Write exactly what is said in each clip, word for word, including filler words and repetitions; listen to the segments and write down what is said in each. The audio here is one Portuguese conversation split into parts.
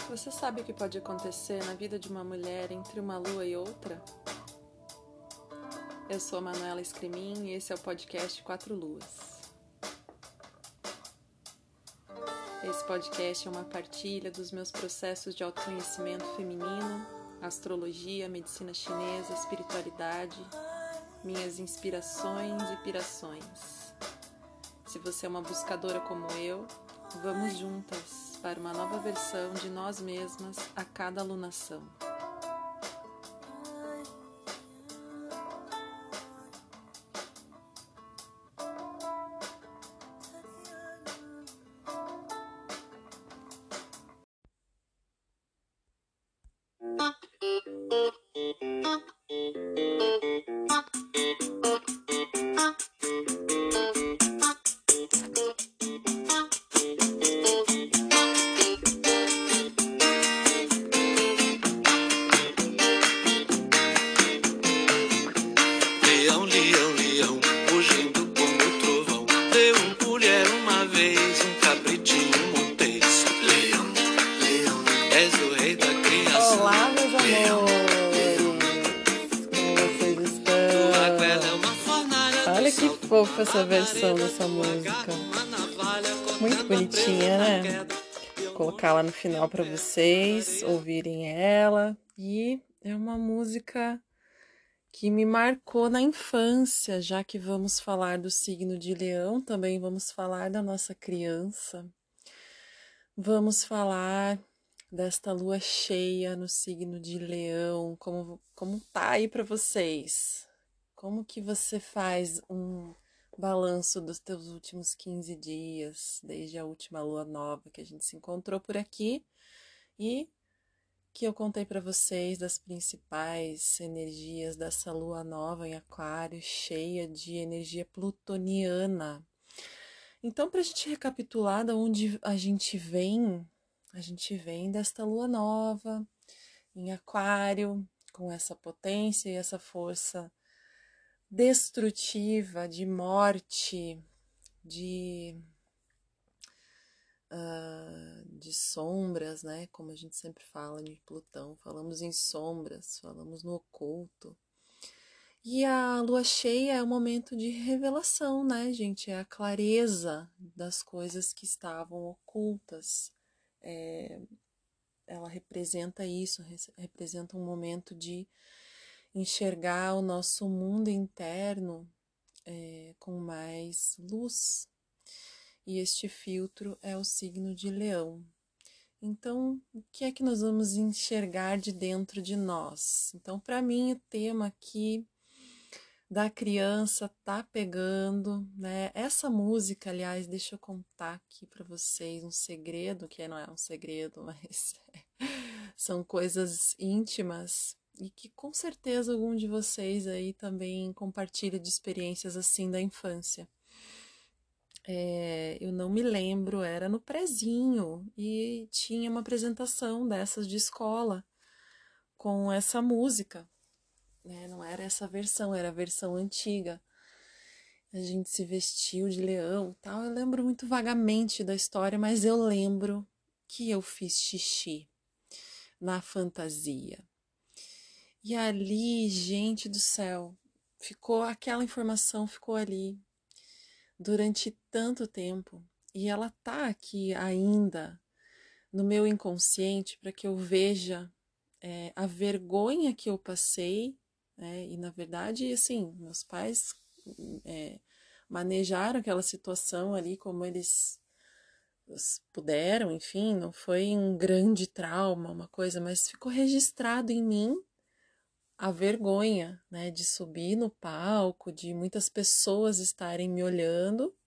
Você sabe o que pode acontecer na vida de uma mulher entre uma lua e outra? Eu sou a Manuela Escremin e esse é o podcast Quatro Luas. Esse podcast é uma partilha dos meus processos de autoconhecimento feminino, astrologia, medicina chinesa, espiritualidade, minhas inspirações e pirações. Se você é uma buscadora como eu, vamos juntas para uma nova versão de nós mesmas a cada alunação. Fofa essa versão dessa música, muito bonitinha, né? Vou colocar lá no final para vocês ouvirem ela. E é uma música que me marcou na infância, já que vamos falar do signo de Leão, também vamos falar da nossa criança. Vamos falar desta lua cheia no signo de Leão, como, como tá aí para vocês? Como que você faz um balanço dos teus últimos quinze dias, desde a última lua nova que a gente se encontrou por aqui e que eu contei para vocês das principais energias dessa lua nova em Aquário, cheia de energia plutoniana. Então, para a gente recapitular de onde a gente vem, a gente vem desta lua nova em Aquário, com essa potência e essa força destrutiva, de morte, de, uh, de sombras, né? Como a gente sempre fala de Plutão, falamos em sombras, falamos no oculto. E a lua cheia é um momento de revelação, né, gente? É a clareza das coisas que estavam ocultas. É, ela representa isso, representa um momento de enxergar o nosso mundo interno é, com mais luz. E este filtro é o signo de Leão. Então, o que é que nós vamos enxergar de dentro de nós? Então, para mim, o tema aqui da criança tá pegando, né? Essa música, aliás, deixa eu contar aqui para vocês um segredo, que não é um segredo, mas são coisas íntimas e que com certeza algum de vocês aí também compartilha de experiências assim da infância. É, eu não me lembro, era no prezinho e tinha uma apresentação dessas de escola com essa música, né? Não era essa versão, era a versão antiga. A gente se vestiu de leão e tal. Eu lembro muito vagamente da história, mas eu lembro que eu fiz xixi na fantasia. E ali, gente do céu, ficou aquela informação ficou ali durante tanto tempo e ela tá aqui ainda no meu inconsciente para que eu veja é, a vergonha que eu passei, né? E na verdade, assim, meus pais é, manejaram aquela situação ali como eles puderam, enfim, não foi um grande trauma, uma coisa, mas ficou registrado em mim a vergonha, né, de subir no palco, de muitas pessoas estarem me olhando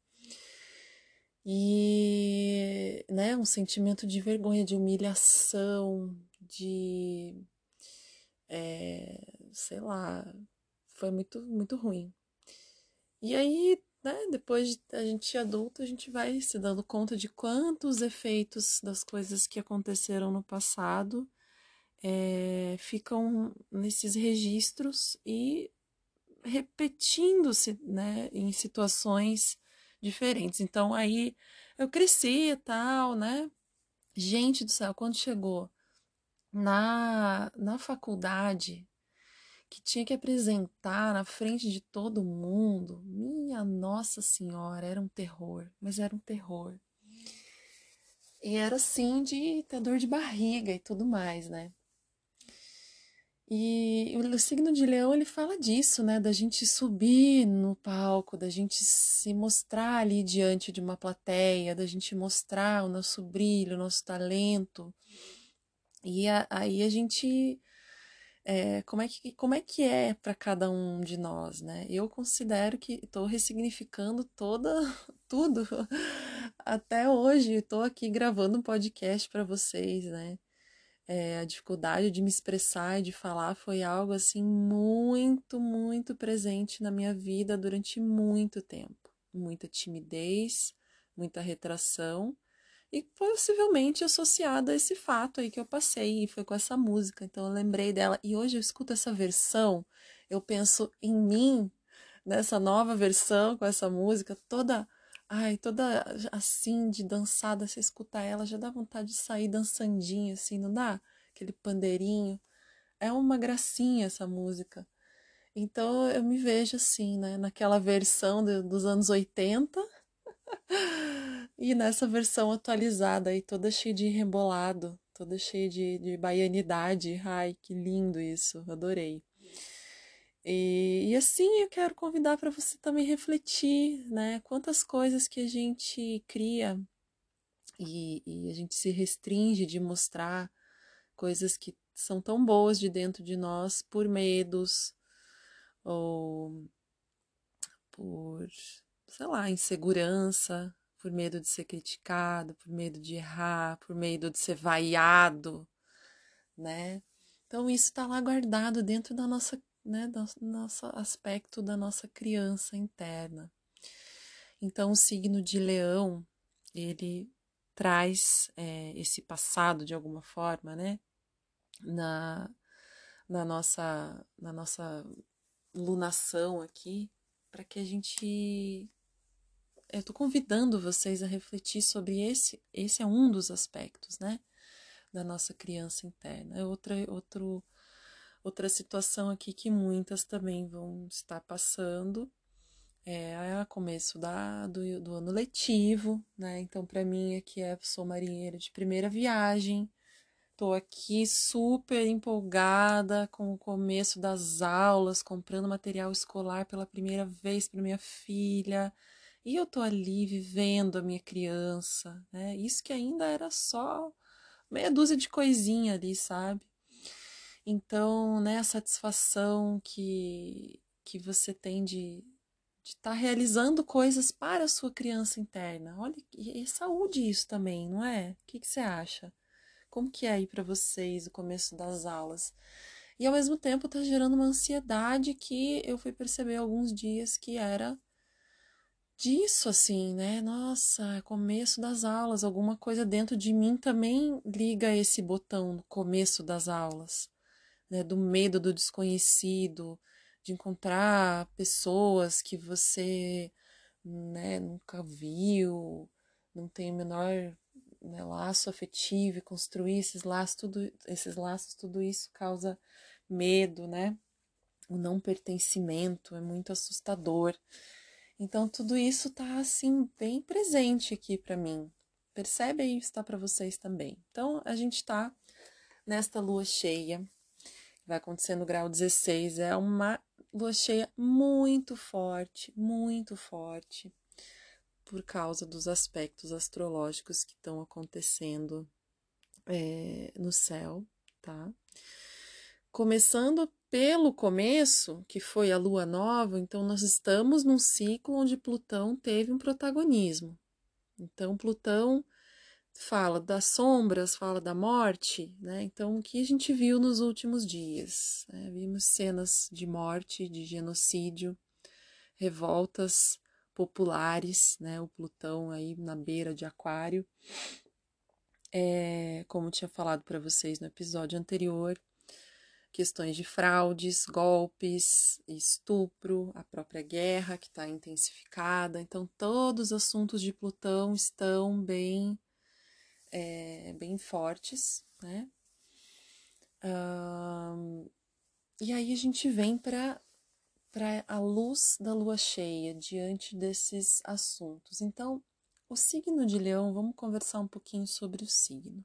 e, né, um sentimento de vergonha, de humilhação, de, é, sei lá, foi muito, muito ruim. E aí, né, depois de a gente adulto, a gente vai se dando conta de quantos efeitos das coisas que aconteceram no passado É, ficam nesses registros e repetindo-se, né, em situações diferentes. Então aí eu cresci e tal, né, Gente do céu, quando chegou na, na faculdade, que tinha que apresentar na frente de todo mundo, minha Nossa Senhora, era um terror, mas era um terror. E era assim de ter dor de barriga e tudo mais, né? E o signo de Leão, ele fala disso, né? Da gente subir no palco, da gente se mostrar ali diante de uma plateia, da gente mostrar o nosso brilho, o nosso talento. E a, aí a gente, é, como é que, como é que é para cada um de nós, né? Eu considero que estou ressignificando toda, tudo. Até hoje, estou aqui gravando um podcast para vocês, né? É, a dificuldade de me expressar e de falar foi algo assim muito, muito presente na minha vida durante muito tempo. Muita timidez, muita retração e possivelmente associada a esse fato aí que eu passei e foi com essa música. Então eu lembrei dela e hoje eu escuto essa versão, eu penso em mim nessa nova versão com essa música toda, ai, toda assim de dançada, você escuta ela, já dá vontade de sair dançandinha assim, não dá? Aquele pandeirinho. É uma gracinha essa música. Então eu me vejo assim, né, naquela versão de, dos anos oitenta e nessa versão atualizada aí, toda cheia de rebolado, toda cheia de, de baianidade. Ai, que lindo isso, adorei. E, e assim eu quero convidar para você também refletir, né? Quantas coisas que a gente cria e, e a gente se restringe de mostrar coisas que são tão boas de dentro de nós por medos ou por, sei lá, insegurança, por medo de ser criticado, por medo de errar, por medo de ser vaiado, né? Então isso está lá guardado dentro da nossa, né, do nosso aspecto da nossa criança interna. Então o signo de Leão, ele traz é, esse passado de alguma forma, né, na, na nossa, na nossa lunação aqui, para que a gente, eu estou convidando vocês a refletir sobre esse, esse é um dos aspectos, né, da nossa criança interna. É outra, outro Outra situação aqui que muitas também vão estar passando é o começo da, do, do ano letivo, né? Então, para mim, aqui é, sou marinheira de primeira viagem, tô aqui super empolgada com o começo das aulas, comprando material escolar pela primeira vez para minha filha, e eu tô ali vivendo a minha criança, né? Isso que ainda era só meia dúzia de coisinha ali, sabe? Então, né, a satisfação que, que você tem de estar realizando coisas para a sua criança interna. Olha, e é saúde isso também, não é? O que, que você acha? Como que é aí para vocês o começo das aulas? E ao mesmo tempo está gerando uma ansiedade que eu fui perceber alguns dias que era disso, assim, né? Nossa, é começo das aulas, alguma coisa dentro de mim também liga esse botão no começo das aulas, né, do medo do desconhecido, de encontrar pessoas que você, né, nunca viu, não tem o menor, né, laço afetivo e construir esses laços, tudo, esses laços, tudo isso causa medo, né? O não pertencimento é muito assustador. Então tudo isso tá assim bem presente aqui para mim. Percebe aí, está para vocês também. Então a gente tá nesta lua cheia, vai acontecer no grau dezesseis, é uma lua cheia muito forte, muito forte, por causa dos aspectos astrológicos que estão acontecendo é, no céu, tá? Começando pelo começo, que foi a lua nova, então nós estamos num ciclo onde Plutão teve um protagonismo. Então, Plutão fala das sombras, fala da morte, né? Então, o que a gente viu nos últimos dias? Né? Vimos cenas de morte, de genocídio, revoltas populares, né? O Plutão aí na beira de Aquário, é, como tinha falado para vocês no episódio anterior, questões de fraudes, golpes, estupro, a própria guerra que está intensificada. Então, todos os assuntos de Plutão estão bem é, bem fortes, né? Uh, e aí a gente vem para para a luz da lua cheia diante desses assuntos. Então, o signo de Leão, vamos conversar um pouquinho sobre o signo.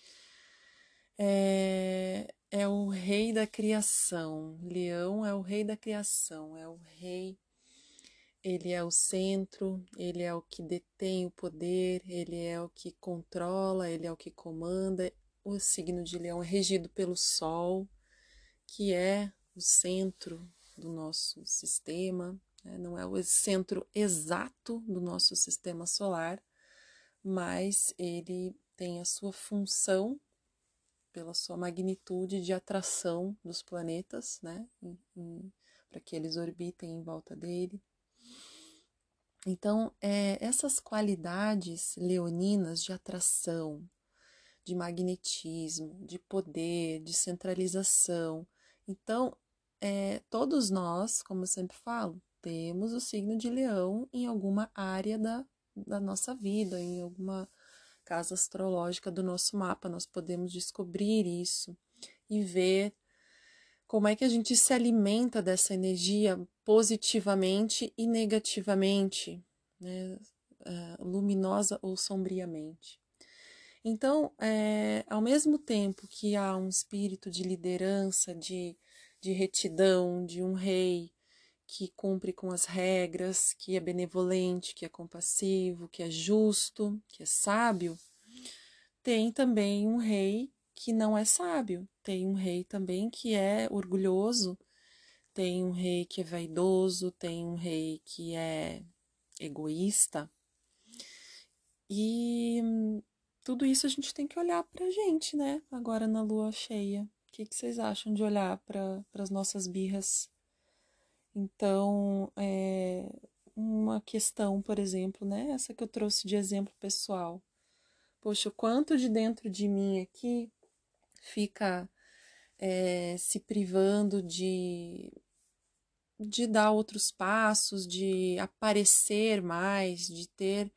É, é o rei da criação. Leão é o rei da criação, é o rei. Ele é o centro, ele é o que detém o poder, ele é o que controla, ele é o que comanda. O signo de Leão é regido pelo Sol, que é o centro do nosso sistema, né? Não é o centro exato do nosso sistema solar, mas ele tem a sua função pela sua magnitude de atração dos planetas, né? Para que eles orbitem em volta dele. Então, é, essas qualidades leoninas de atração, de magnetismo, de poder, de centralização. Então, é, todos nós, como eu sempre falo, temos o signo de Leão em alguma área da, da nossa vida, em alguma casa astrológica do nosso mapa. Nós podemos descobrir isso e ver como é que a gente se alimenta dessa energia positivamente e negativamente, né? Uh, luminosa ou sombriamente. Então, é, ao mesmo tempo que há um espírito de liderança, de, de retidão, de um rei que cumpre com as regras, que é benevolente, que é compassivo, que é justo, que é sábio, tem também um rei que não é sábio, tem um rei também que é orgulhoso, tem um rei que é vaidoso, tem um rei que é egoísta. E tudo isso a gente tem que olhar pra gente, né? Agora na lua cheia. O que, que vocês acham de olhar para as nossas birras? Então, é uma questão, por exemplo, né? Essa que eu trouxe de exemplo pessoal. Poxa, o quanto de dentro de mim aqui fica é, se privando de, de dar outros passos, de aparecer mais, de ter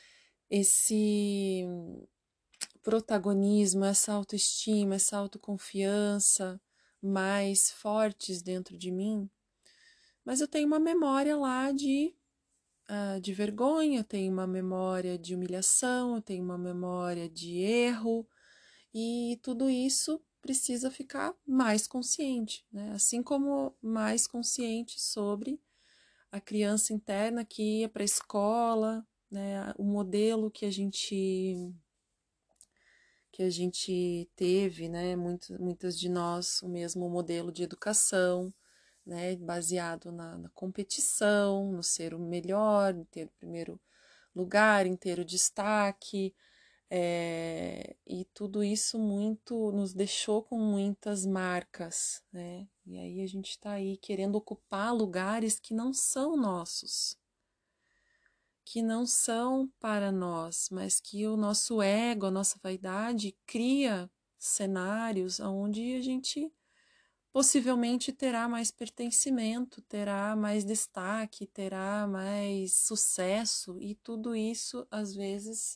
esse protagonismo, essa autoestima, essa autoconfiança mais fortes dentro de mim. Mas eu tenho uma memória lá de, uh, de vergonha, eu tenho uma memória de humilhação, eu tenho uma memória de erro, e tudo isso precisa ficar mais consciente, né? Assim como mais consciente sobre a criança interna que ia para a escola, né? O modelo que a gente que a gente teve, né? Muitas, muitas de nós o mesmo modelo de educação, né? Baseado na, na competição, no ser o melhor, em ter o primeiro lugar, em ter o destaque. É, e tudo isso muito nos deixou com muitas marcas, né? E aí a gente está aí querendo ocupar lugares que não são nossos, que não são para nós, mas que o nosso ego, a nossa vaidade cria cenários onde a gente possivelmente terá mais pertencimento, terá mais destaque, terá mais sucesso, e tudo isso às vezes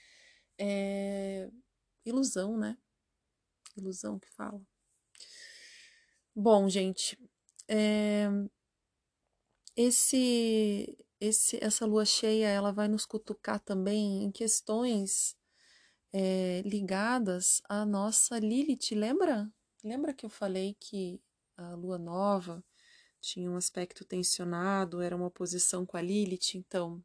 é ilusão, né? Ilusão que fala. Bom, gente, é, esse, esse, essa lua cheia, ela vai nos cutucar também em questões é, ligadas à nossa Lilith. Lembra? Lembra que eu falei que a lua nova tinha um aspecto tensionado, era uma oposição com a Lilith? Então,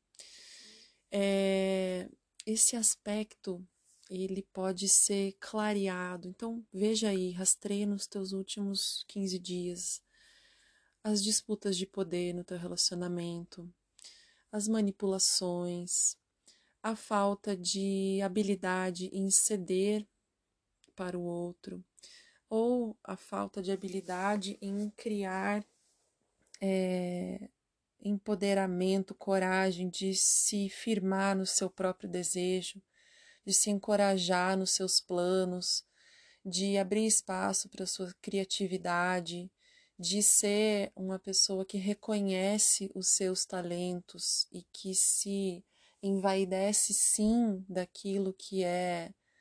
é, esse aspecto ele pode ser clareado. Então, veja aí, rastreia nos teus últimos quinze dias as disputas de poder no teu relacionamento, as manipulações, a falta de habilidade em ceder para o outro, ou a falta de habilidade em criar é, empoderamento, coragem de se firmar no seu próprio desejo, de se encorajar nos seus planos, de abrir espaço para a sua criatividade, de ser uma pessoa que reconhece os seus talentos e que se envaidece sim daquilo que é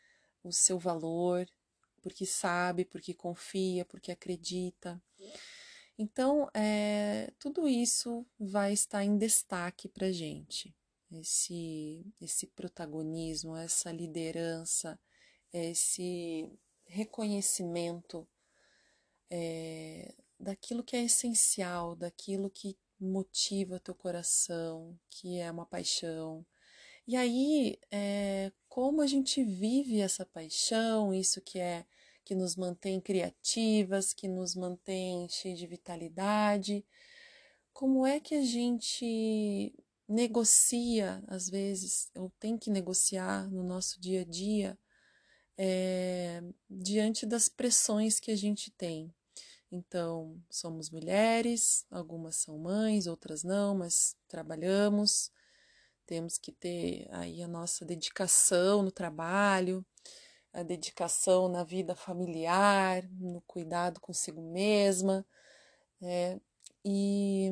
o seu valor, porque sabe, porque confia, porque acredita. Então, é, tudo isso vai estar em destaque para a gente. Esse, esse protagonismo, essa liderança, esse reconhecimento é, daquilo que é essencial, daquilo que motiva teu coração, que é uma paixão. E aí, é, como a gente vive essa paixão, isso que é que nos mantém criativas, que nos mantém cheias de vitalidade, como é que a gente negocia, às vezes, ou tem que negociar no nosso dia a dia, é, diante das pressões que a gente tem. Então, somos mulheres, algumas são mães, outras não, mas trabalhamos, temos que ter aí a nossa dedicação no trabalho, a dedicação na vida familiar, no cuidado consigo mesma, né? E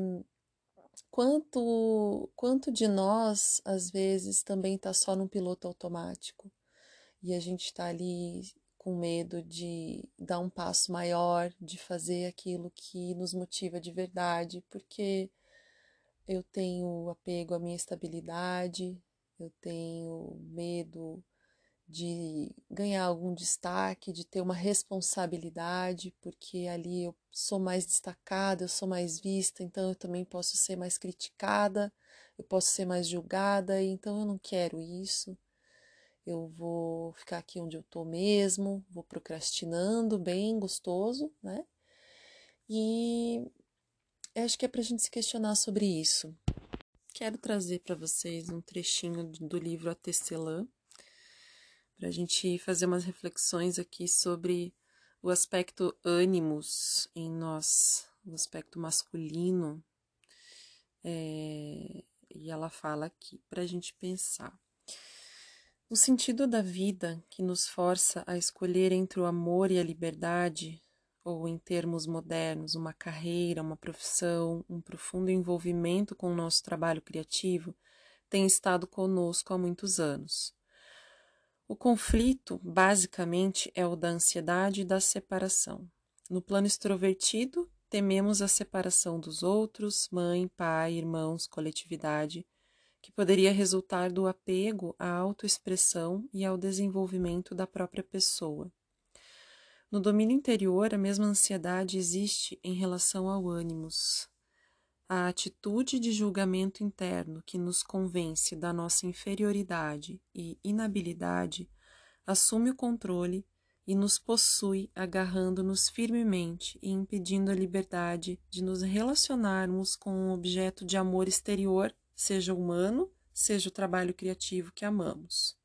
quanto, quanto de nós, às vezes, também está só num piloto automático e a gente está ali com medo de dar um passo maior, de fazer aquilo que nos motiva de verdade, porque eu tenho apego à minha estabilidade, eu tenho medo de ganhar algum destaque, de ter uma responsabilidade, porque ali eu sou mais destacada, eu sou mais vista, então eu também posso ser mais criticada, eu posso ser mais julgada, então eu não quero isso. Eu vou ficar aqui onde eu estou mesmo, vou procrastinando, bem gostoso, né? E acho que é para a gente se questionar sobre isso. Quero trazer para vocês um trechinho do livro A Tecelã, para a gente fazer umas reflexões aqui sobre o aspecto ânimos em nós, o aspecto masculino. É, e ela fala aqui para a gente pensar. O sentido da vida que nos força a escolher entre o amor e a liberdade, ou em termos modernos, uma carreira, uma profissão, um profundo envolvimento com o nosso trabalho criativo, tem estado conosco há muitos anos. O conflito, basicamente, é o da ansiedade e da separação. No plano extrovertido, tememos a separação dos outros, mãe, pai, irmãos, coletividade, que poderia resultar do apego à autoexpressão e ao desenvolvimento da própria pessoa. No domínio interior, a mesma ansiedade existe em relação ao ânimos. A atitude de julgamento interno que nos convence da nossa inferioridade e inabilidade assume o controle e nos possui, agarrando-nos firmemente e impedindo a liberdade de nos relacionarmos com um objeto de amor exterior, seja humano, seja o trabalho criativo que amamos.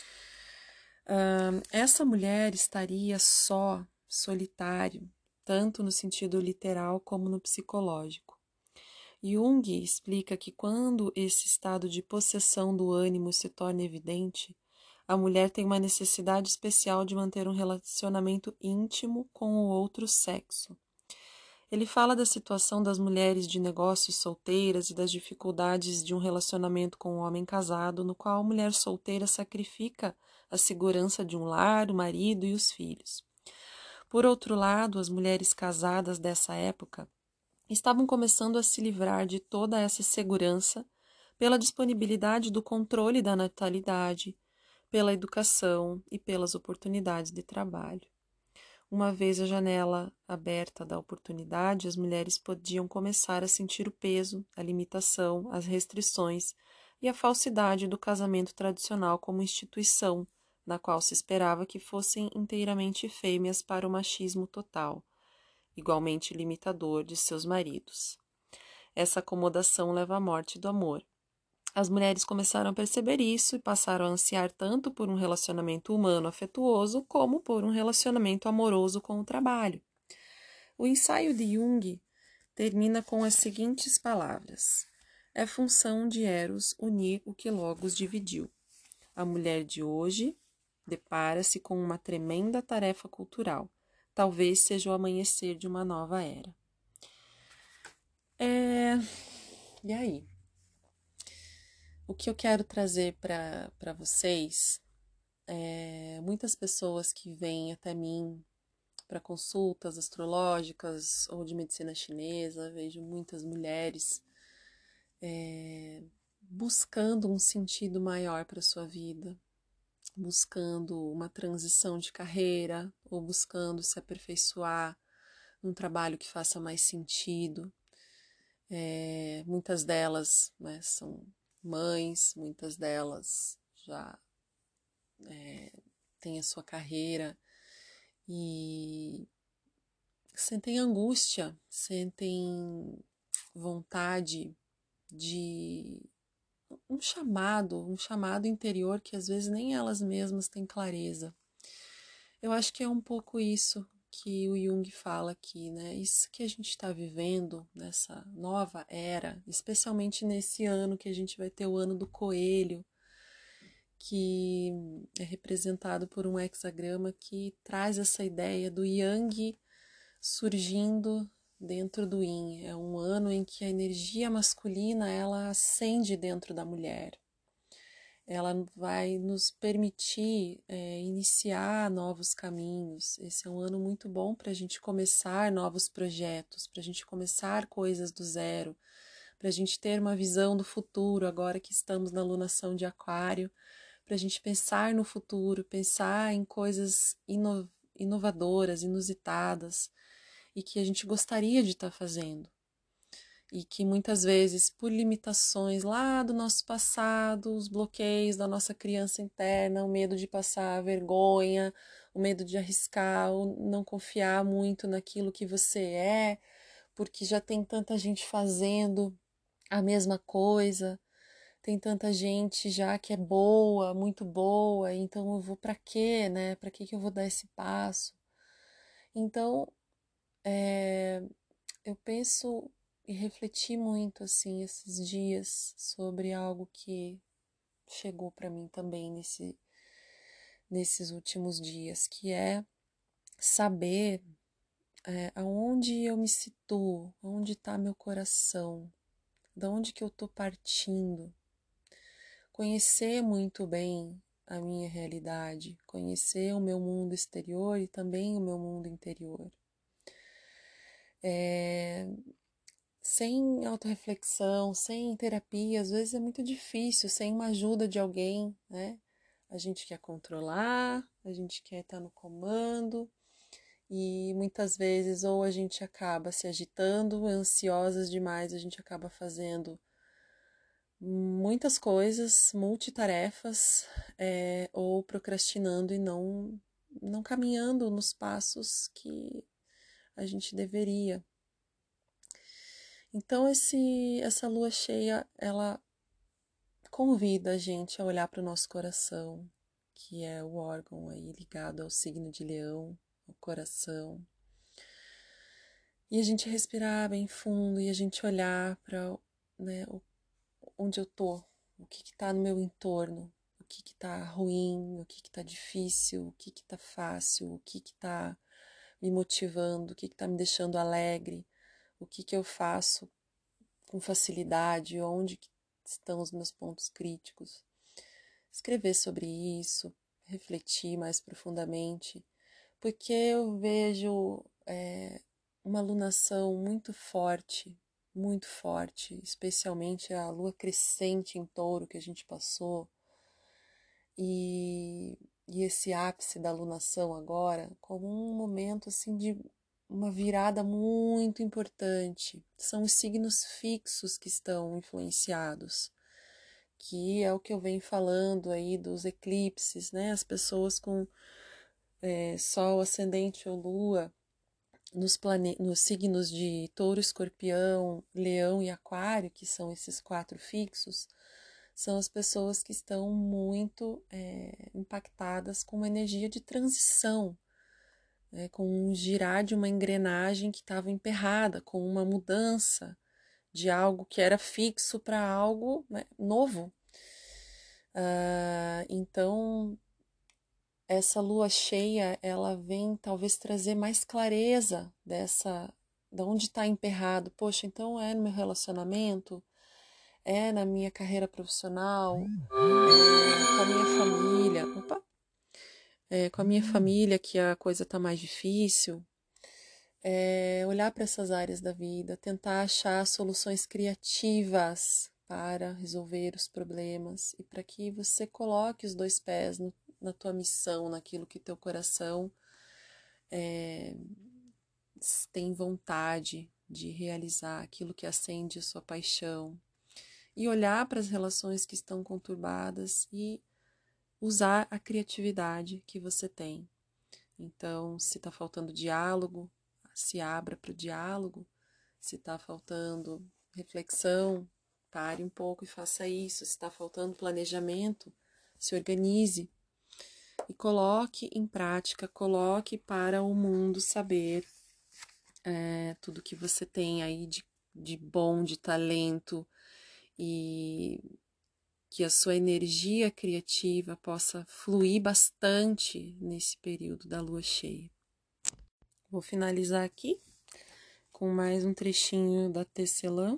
Uh, essa mulher estaria só, solitário, tanto no sentido literal como no psicológico. Jung explica que quando esse estado de possessão do ânimo se torna evidente, a mulher tem uma necessidade especial de manter um relacionamento íntimo com o outro sexo. Ele fala da situação das mulheres de negócios solteiras e das dificuldades de um relacionamento com um homem casado, no qual a mulher solteira sacrifica a segurança de um lar, o marido e os filhos. Por outro lado, as mulheres casadas dessa época estavam começando a se livrar de toda essa segurança pela disponibilidade do controle da natalidade, pela educação e pelas oportunidades de trabalho. Uma vez a janela aberta da oportunidade, as mulheres podiam começar a sentir o peso, a limitação, as restrições e a falsidade do casamento tradicional como instituição, na qual se esperava que fossem inteiramente fêmeas para o machismo total, igualmente limitador de seus maridos. Essa acomodação leva à morte do amor. As mulheres começaram a perceber isso e passaram a ansiar tanto por um relacionamento humano afetuoso como por um relacionamento amoroso com o trabalho. O ensaio de Jung termina com as seguintes palavras: é função de Eros unir o que Logos dividiu. A mulher de hoje depara-se com uma tremenda tarefa cultural. Talvez seja o amanhecer de uma nova era. É... E aí? O que eu quero trazer para vocês É, muitas pessoas que vêm até mim para consultas astrológicas ou de medicina chinesa, vejo muitas mulheres é, buscando um sentido maior para sua vida, buscando uma transição de carreira ou buscando se aperfeiçoar num trabalho que faça mais sentido. É, muitas delas, né, são mães, muitas delas já é, têm a sua carreira e sentem angústia, sentem vontade de um chamado, um chamado interior que às vezes nem elas mesmas têm clareza. Eu acho que é um pouco isso que o Jung fala aqui, né? Isso que a gente está vivendo nessa nova era, especialmente nesse ano que a gente vai ter o ano do coelho, que é representado por um hexagrama que traz essa ideia do Yang surgindo dentro do Yin. É um ano em que a energia masculina ela ascende dentro da mulher. Ela vai nos permitir é, iniciar novos caminhos. Esse é um ano muito bom para a gente começar novos projetos, para a gente começar coisas do zero, para a gente ter uma visão do futuro agora que estamos na lunação de Aquário, para a gente pensar no futuro, pensar em coisas ino inovadoras, inusitadas e que a gente gostaria de estar fazendo. E que muitas vezes, por limitações lá do nosso passado, os bloqueios da nossa criança interna, o medo de passar vergonha, o medo de arriscar, o não confiar muito naquilo que você é, porque já tem tanta gente fazendo a mesma coisa, tem tanta gente já que é boa, muito boa, então eu vou para quê, né? Para que que eu vou dar esse passo? Então, é, eu penso e refleti muito assim esses dias sobre algo que chegou para mim também nesse, nesses últimos dias, que é saber é, aonde eu me situo, onde está meu coração, da onde que eu estou partindo, conhecer muito bem a minha realidade, conhecer o meu mundo exterior e também o meu mundo interior. É, sem autorreflexão, sem terapia, às vezes é muito difícil, sem uma ajuda de alguém, né? A gente quer controlar, a gente quer estar no comando e muitas vezes ou a gente acaba se agitando, ansiosas demais, a gente acaba fazendo muitas coisas, multitarefas, é, ou procrastinando e não, não caminhando nos passos que a gente deveria. Então esse, essa lua cheia, ela convida a gente a olhar para o nosso coração, que é o órgão aí ligado ao signo de Leão, ao coração. E a gente respirar bem fundo e a gente olhar para, né, onde eu tô, o que que tá no meu entorno, o que que tá ruim, o que que tá difícil, o que que tá fácil, o que que tá me motivando, o que que tá me deixando alegre, o que que eu faço com facilidade, onde que estão os meus pontos críticos. Escrever sobre isso, refletir mais profundamente, porque eu vejo é, uma alunação muito forte, muito forte, especialmente a lua crescente em touro que a gente passou, e, e esse ápice da alunação agora, como um momento assim de uma virada muito importante. São os signos fixos que estão influenciados, que é o que eu venho falando aí dos eclipses, né? As pessoas com é, Sol, Ascendente ou Lua nos, plane... nos signos de Touro, Escorpião, Leão e Aquário, que são esses quatro fixos, são as pessoas que estão muito é, impactadas com uma energia de transição, né? Com um girar de uma engrenagem que estava emperrada, com uma mudança de algo que era fixo para algo, né, novo. Uh, então, essa lua cheia, ela vem talvez trazer mais clareza dessa, de onde está emperrado. Poxa, então é no meu relacionamento, é na minha carreira profissional, é com a minha família. Opa! é, com a minha família, que a coisa está mais difícil, é olhar para essas áreas da vida, tentar achar soluções criativas para resolver os problemas e para que você coloque os dois pés no, na tua missão, naquilo que teu coração é, tem vontade de realizar, aquilo que acende a sua paixão, e olhar para as relações que estão conturbadas e usar a criatividade que você tem. Então, se está faltando diálogo, se abra para o diálogo. Se está faltando reflexão, pare um pouco e faça isso. Se está faltando planejamento, se organize e coloque em prática, coloque para o mundo saber é, tudo que você tem aí de, de bom, de talento, e que a sua energia criativa possa fluir bastante nesse período da lua cheia. Vou finalizar aqui com mais um trechinho da Tecelã.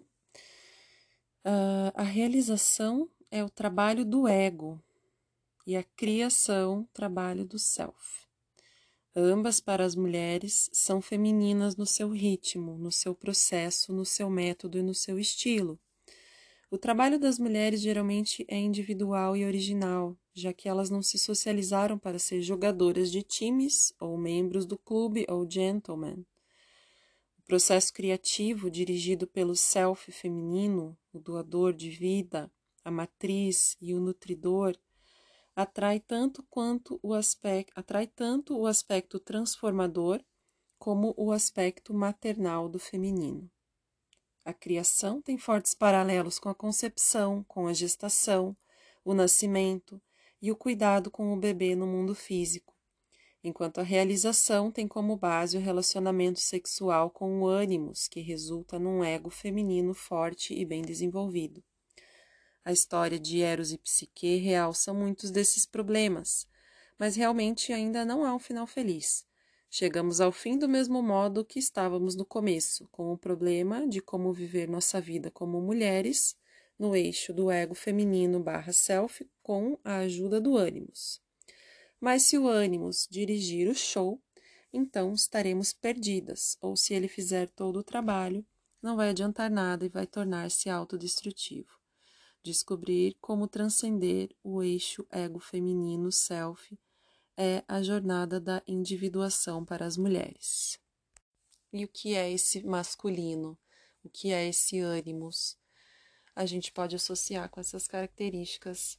Uh, a realização é o trabalho do ego e a criação, trabalho do self. Ambas, para as mulheres, são femininas no seu ritmo, no seu processo, no seu método e no seu estilo. O trabalho das mulheres geralmente é individual e original, já que elas não se socializaram para ser jogadoras de times ou membros do clube ou gentleman. O processo criativo, dirigido pelo self feminino, o doador de vida, a matriz e o nutridor, atrai tanto quanto o aspecto, atrai tanto o aspecto transformador como o aspecto maternal do feminino. A criação tem fortes paralelos com a concepção, com a gestação, o nascimento e o cuidado com o bebê no mundo físico, enquanto a realização tem como base o relacionamento sexual com o ânimos, que resulta num ego feminino forte e bem desenvolvido. A história de Eros e Psique realça muitos desses problemas, mas realmente ainda não há um final feliz. Chegamos ao fim do mesmo modo que estávamos no começo, com o problema de como viver nossa vida como mulheres, no eixo do ego feminino barra self, com a ajuda do ânimos. Mas se o ânimos dirigir o show, então estaremos perdidas, ou se ele fizer todo o trabalho, não vai adiantar nada e vai tornar-se autodestrutivo. Descobrir como transcender o eixo ego feminino self é a jornada da individuação para as mulheres. E o que é esse masculino? O que é esse ânimos? A gente pode associar com essas características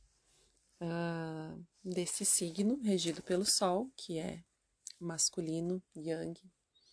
uh, desse signo regido pelo Sol, que é masculino, yang,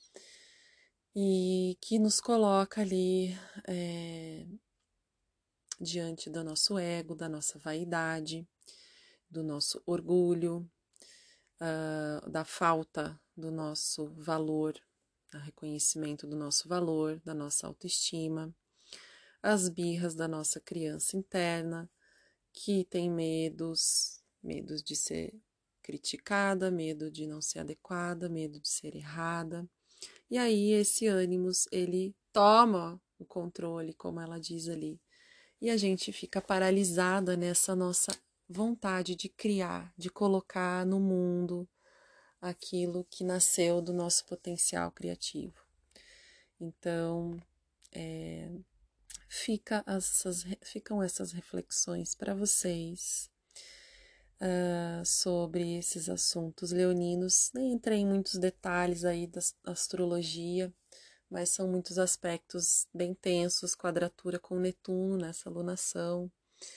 e que nos coloca ali é, diante do nosso ego, da nossa vaidade, do nosso orgulho, uh, da falta do nosso valor, do reconhecimento do nosso valor, da nossa autoestima, as birras da nossa criança interna, que tem medos, medos de ser criticada, medo de não ser adequada, medo de ser errada. E aí esse ânimos, ele toma o controle, como ela diz ali, e a gente fica paralisada nessa nossa vontade de criar, de colocar no mundo aquilo que nasceu do nosso potencial criativo. Então, é, fica essas, ficam essas reflexões para vocês uh, sobre esses assuntos leoninos. Nem entrei em muitos detalhes aí da astrologia, mas são muitos aspectos bem tensos, quadratura com Netuno nessa lunação,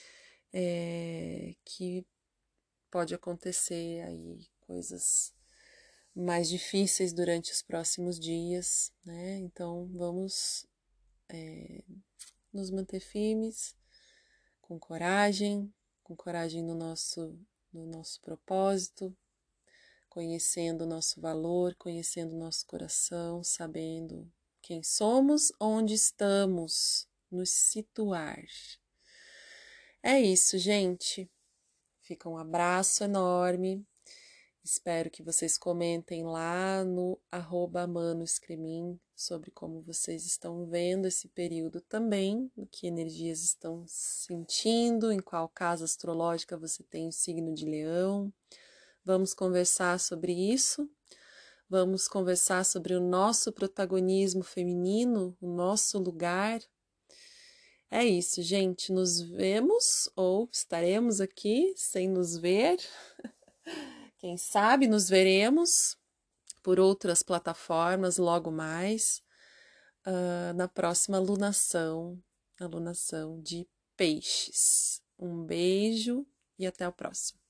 é, que pode acontecer aí coisas mais difíceis durante os próximos dias, né? Então vamos é, nos manter firmes, com coragem, com coragem no nosso, no nosso propósito, conhecendo o nosso valor, conhecendo o nosso coração, sabendo quem somos, onde estamos, nos situar. É isso, gente. Fica um abraço enorme. Espero que vocês comentem lá no arroba manoscremin sobre como vocês estão vendo esse período também, que energias estão sentindo, em qual casa astrológica você tem o signo de Leão. Vamos conversar sobre isso. Vamos conversar sobre o nosso protagonismo feminino, o nosso lugar. É isso, gente. Nos vemos ou estaremos aqui sem nos ver. Quem sabe nos veremos por outras plataformas logo mais, uh, na próxima alunação, alunação de peixes. Um beijo e até o próximo.